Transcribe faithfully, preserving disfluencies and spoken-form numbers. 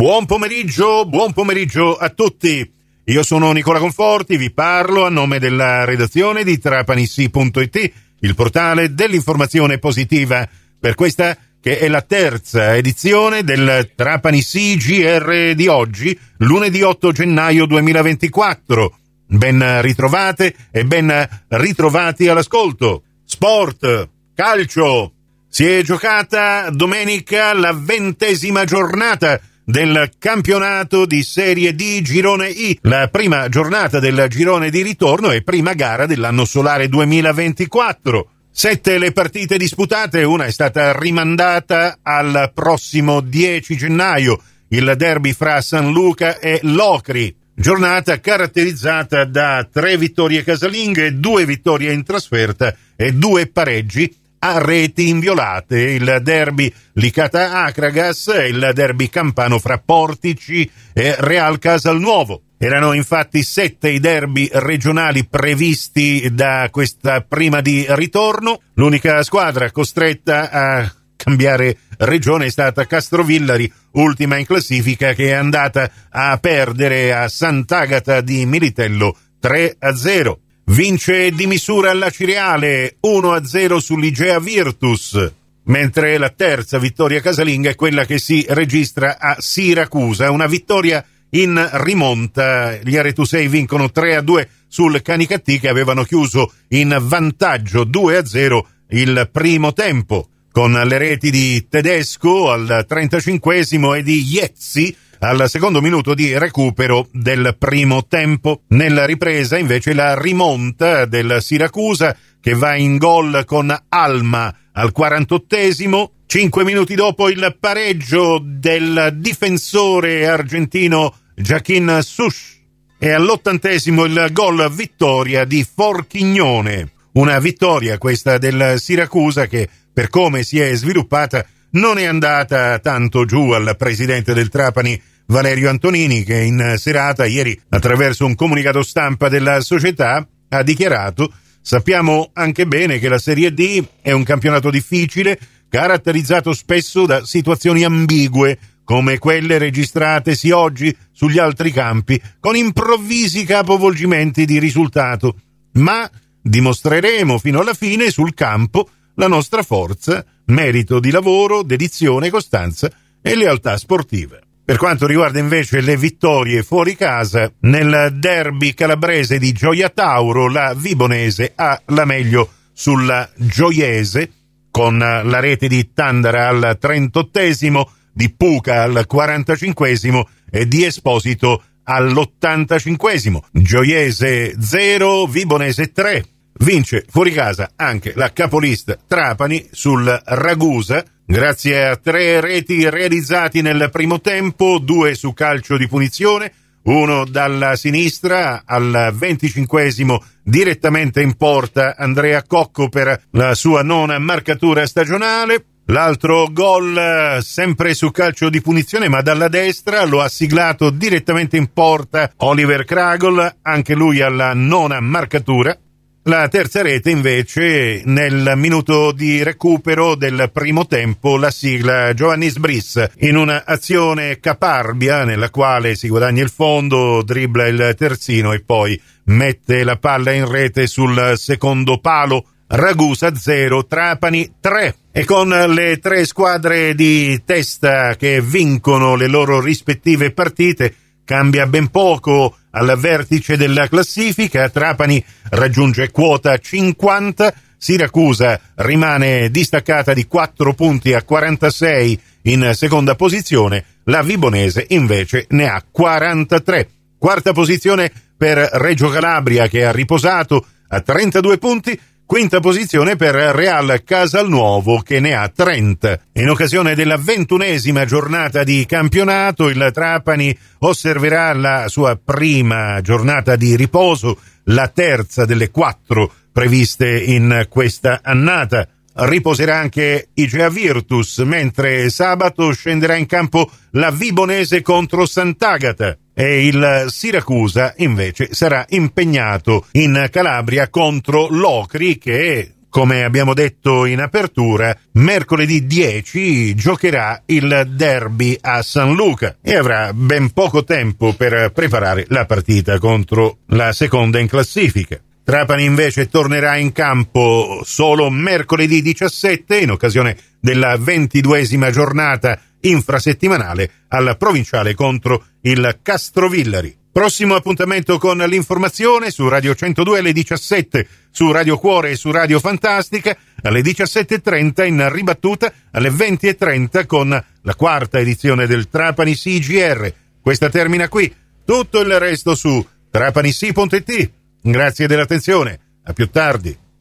Buon pomeriggio, buon pomeriggio a tutti. Io sono Nicola Conforti, vi parlo a nome della redazione di Trapanissi punto it, il portale dell'informazione positiva, per questa che è la terza edizione del Trapanissi G R di oggi, lunedì otto gennaio duemilaventiquattro. Ben ritrovate e ben ritrovati all'ascolto. Sport, calcio. Si è giocata domenica la ventesima giornata del campionato di Serie D Girone I, la prima giornata del girone di ritorno e prima gara dell'anno solare duemilaventiquattro. Sette le partite disputate, una è stata rimandata al prossimo dieci gennaio, il derby fra San Luca e Locri. Giornata caratterizzata da tre vittorie casalinghe, due vittorie in trasferta e due pareggi a reti inviolate, il derby Licata-Acragas e il derby campano fra Portici e Real Casalnuovo. Erano infatti sette i derby regionali previsti da questa prima di ritorno. L'unica squadra costretta a cambiare regione è stata Castrovillari, ultima in classifica, che è andata a perdere a Sant'Agata di Militello tre a zero. Vince di misura la Cireale uno a zero sull'Igea Virtus, mentre la terza vittoria casalinga è quella che si registra a Siracusa, una vittoria in rimonta. Gli Aretusei vincono tre a due sul Canicattì, che avevano chiuso in vantaggio due a zero il primo tempo, con le reti di Tedesco al trentacinquesimo e di Iezzi al secondo minuto di recupero del primo tempo. Nella ripresa invece la rimonta del Siracusa, che va in gol con Alma al quarantottesimo. Cinque minuti dopo il pareggio del difensore argentino Joaquín Sush e all'ottantesimo il gol vittoria di Forchignone. Una vittoria questa del Siracusa che, per come si è sviluppata, non è andata tanto giù al presidente del Trapani Valerio Antonini, che in serata ieri, attraverso un comunicato stampa della società, ha dichiarato: sappiamo anche bene che la Serie D è un campionato difficile, caratterizzato spesso da situazioni ambigue, come quelle registratesi oggi sugli altri campi, con improvvisi capovolgimenti di risultato, ma dimostreremo fino alla fine sul campo la nostra forza, merito di lavoro, dedizione, costanza e lealtà sportiva. Per quanto riguarda invece le vittorie fuori casa, nel derby calabrese di Gioia Tauro la Vibonese ha la meglio sulla Gioiese, con la rete di Tandara al trentottesimo, di Puca al quarantacinquesimo e di Esposito all'ottantacinquesimo. Gioiese zero, Vibonese tre. Vince fuori casa anche la capolista Trapani sul Ragusa, grazie a tre reti realizzati nel primo tempo, due su calcio di punizione, uno dalla sinistra al venticinquesimo direttamente in porta Andrea Cocco per la sua nona marcatura stagionale. L'altro gol sempre su calcio di punizione, ma dalla destra, lo ha siglato direttamente in porta Oliver Kragel, anche lui alla nona marcatura. La terza rete invece nel minuto di recupero del primo tempo la sigla Giovannis Briss in un'azione caparbia nella quale si guadagna il fondo, dribbla il terzino e poi mette la palla in rete sul secondo palo. Ragusa zero, Trapani tre. E con le tre squadre di testa che vincono le loro rispettive partite cambia ben poco al vertice della classifica. Trapani raggiunge quota cinquanta, Siracusa rimane distaccata di quattro punti a quarantasei in seconda posizione, la Vibonese invece ne ha quarantatré. Quarta posizione per Reggio Calabria, che ha riposato a trentadue punti. Quinta posizione per Real Casalnuovo, che ne ha trenta. In occasione della ventunesima giornata di campionato, il Trapani osserverà la sua prima giornata di riposo, la terza delle quattro previste in questa annata. Riposerà anche Igea Virtus, mentre sabato scenderà in campo la Vibonese contro Sant'Agata. E il Siracusa invece sarà impegnato in Calabria contro l'Ocri, che come abbiamo detto in apertura, mercoledì dieci giocherà il derby a San Luca e avrà ben poco tempo per preparare la partita contro la seconda in classifica. Trapani invece tornerà in campo solo mercoledì diciassette in occasione della ventiduesima giornata infrasettimanale alla provinciale contro il Castrovillari. Prossimo appuntamento con l'informazione su Radio centodue alle diciassette, su Radio Cuore e su Radio Fantastica, alle diciassette e trenta in ribattuta alle venti e trenta con la quarta edizione del Trapani C G R. Questa termina qui, tutto il resto su trapanisi punto it. Grazie dell'attenzione, a più tardi.